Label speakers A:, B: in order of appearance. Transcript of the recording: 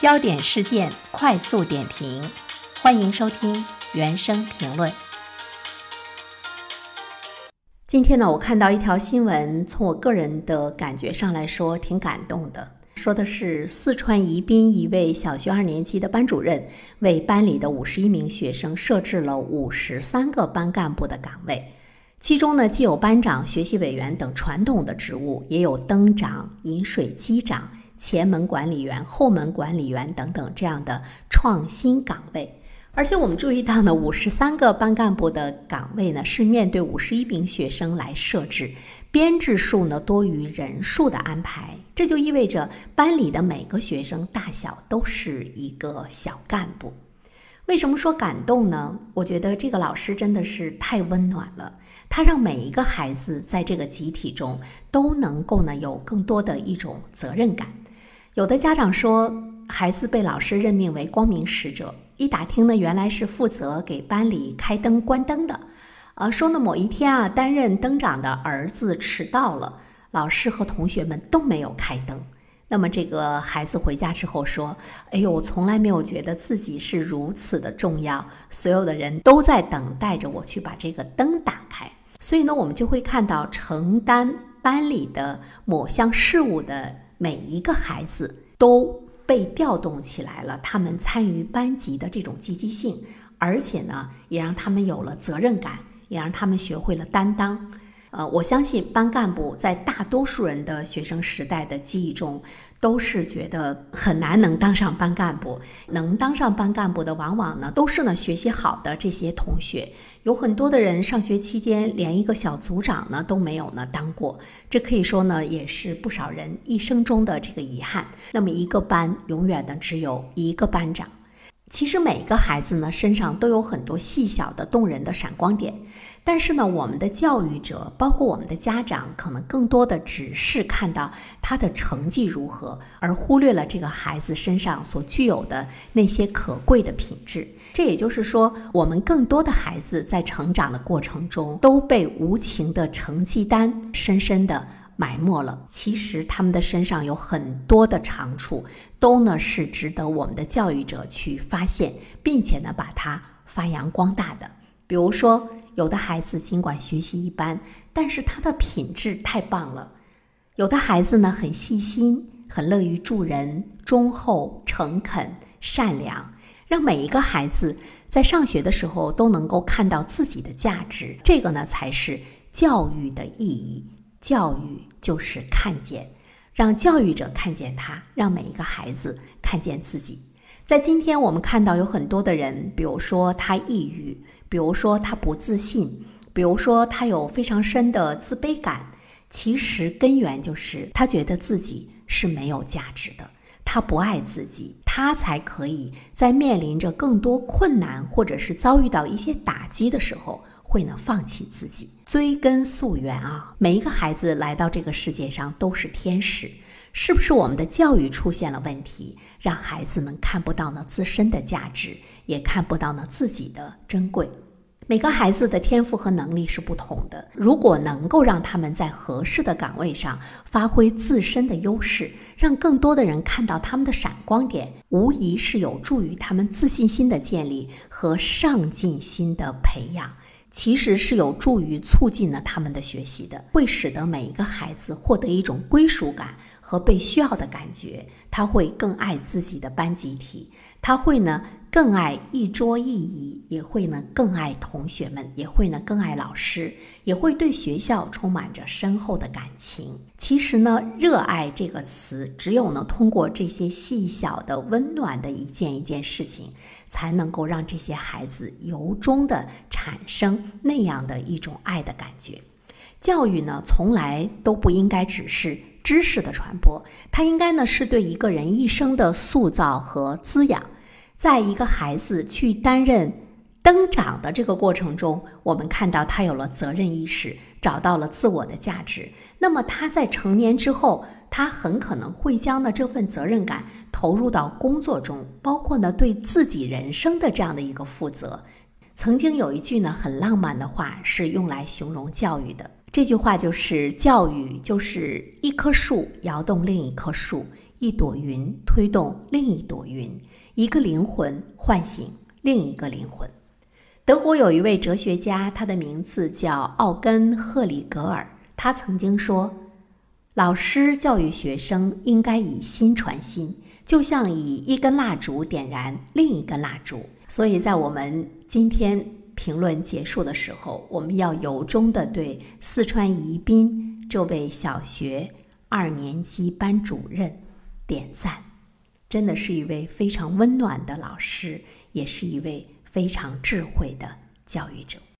A: 焦点事件快速点评，欢迎收听原声评论。今天呢，我看到一条新闻，从我个人的感觉上来说挺感动的。说的是四川宜宾一位小学2年级的班主任为班里的51名学生设置了53个班干部的岗位，其中呢既有班长、学习委员等传统的职务，也有灯长、饮水机长、前门管理员、后门管理员等等这样的创新岗位。而且我们注意到呢，53个班干部的岗位呢是面对51名学生来设置，编制数呢多于人数的安排，这就意味着班里的每个学生大小都是一个小干部。为什么说感动呢？我觉得这个老师真的是太温暖了，他让每一个孩子在这个集体中都能够呢有更多的一种责任感。有的家长说，孩子被老师任命为光明使者，一打听呢，原来是负责给班里开灯关灯的。说呢某一天担任灯长的儿子迟到了，老师和同学们都没有开灯。那么这个孩子回家之后说，我从来没有觉得自己是如此的重要，所有的人都在等待着我去把这个灯打开。所以呢，我们就会看到承担班里的某项事务的每一个孩子都被调动起来了，他们参与班级的这种积极性，而且呢也让他们有了责任感，也让他们学会了担当。我相信班干部在大多数人的学生时代的记忆中都是觉得很难能当上班干部，能当上班干部的往往呢都是呢学习好的这些同学，有很多的人上学期间连一个小组长呢都没有呢当过，这可以说呢也是不少人一生中的这个遗憾。那么一个班永远呢只有一个班长。其实每个孩子呢身上都有很多细小的动人的闪光点，但是呢我们的教育者包括我们的家长可能更多的只是看到他的成绩如何，而忽略了这个孩子身上所具有的那些可贵的品质。这也就是说，我们更多的孩子在成长的过程中都被无情的成绩单深深的埋没了，其实他们的身上有很多的长处，都呢是值得我们的教育者去发现，并且呢把它发扬光大的。比如说，有的孩子尽管学习一般，但是他的品质太棒了。有的孩子呢很细心，很乐于助人，忠厚、诚恳、善良，让每一个孩子在上学的时候都能够看到自己的价值，这个呢才是教育的意义。教育就是看见，让教育者看见他，让每一个孩子看见自己。在今天我们看到有很多的人，比如说他抑郁，比如说他不自信，比如说他有非常深的自卑感，其实根源就是他觉得自己是没有价值的，他不爱自己，他才可以在面临着更多困难或者是遭遇到一些打击的时候会呢放弃自己。追根溯源每一个孩子来到这个世界上都是天使，是不是我们的教育出现了问题，让孩子们看不到呢自身的价值，也看不到呢自己的珍贵。每个孩子的天赋和能力是不同的，如果能够让他们在合适的岗位上发挥自身的优势，让更多的人看到他们的闪光点，无疑是有助于他们自信心的建立和上进心的培养，其实是有助于促进了他们的学习的，会使得每一个孩子获得一种归属感和被需要的感觉，他会更爱自己的班集体，他会呢更爱一桌一椅，也会呢更爱同学们，也会呢更爱老师，也会对学校充满着深厚的感情。其实呢，热爱这个词，只有呢通过这些细小的温暖的一件一件事情，才能够让这些孩子由衷的产生那样的一种爱的感觉。教育呢，从来都不应该只是知识的传播，它应该呢是对一个人一生的塑造和滋养。在一个孩子去担任灯长的这个过程中，我们看到他有了责任意识，找到了自我的价值。那么他在成年之后，他很可能会将呢这份责任感投入到工作中，包括呢对自己人生的这样的一个负责。曾经有一句呢很浪漫的话是用来形容教育的，这句话就是教育就是一棵树摇动另一棵树， 一朵云推动另一朵云，一个灵魂唤醒另一个灵魂。德国有一位哲学家，他的名字叫奥根·赫里格尔，他曾经说，老师教育学生应该以心传心，就像以一根蜡烛点燃另一根蜡烛。所以在我们今天评论结束的时候，我们要由衷地对四川宜宾这位小学2年级班主任点赞，真的是一位非常温暖的老师，也是一位非常智慧的教育者。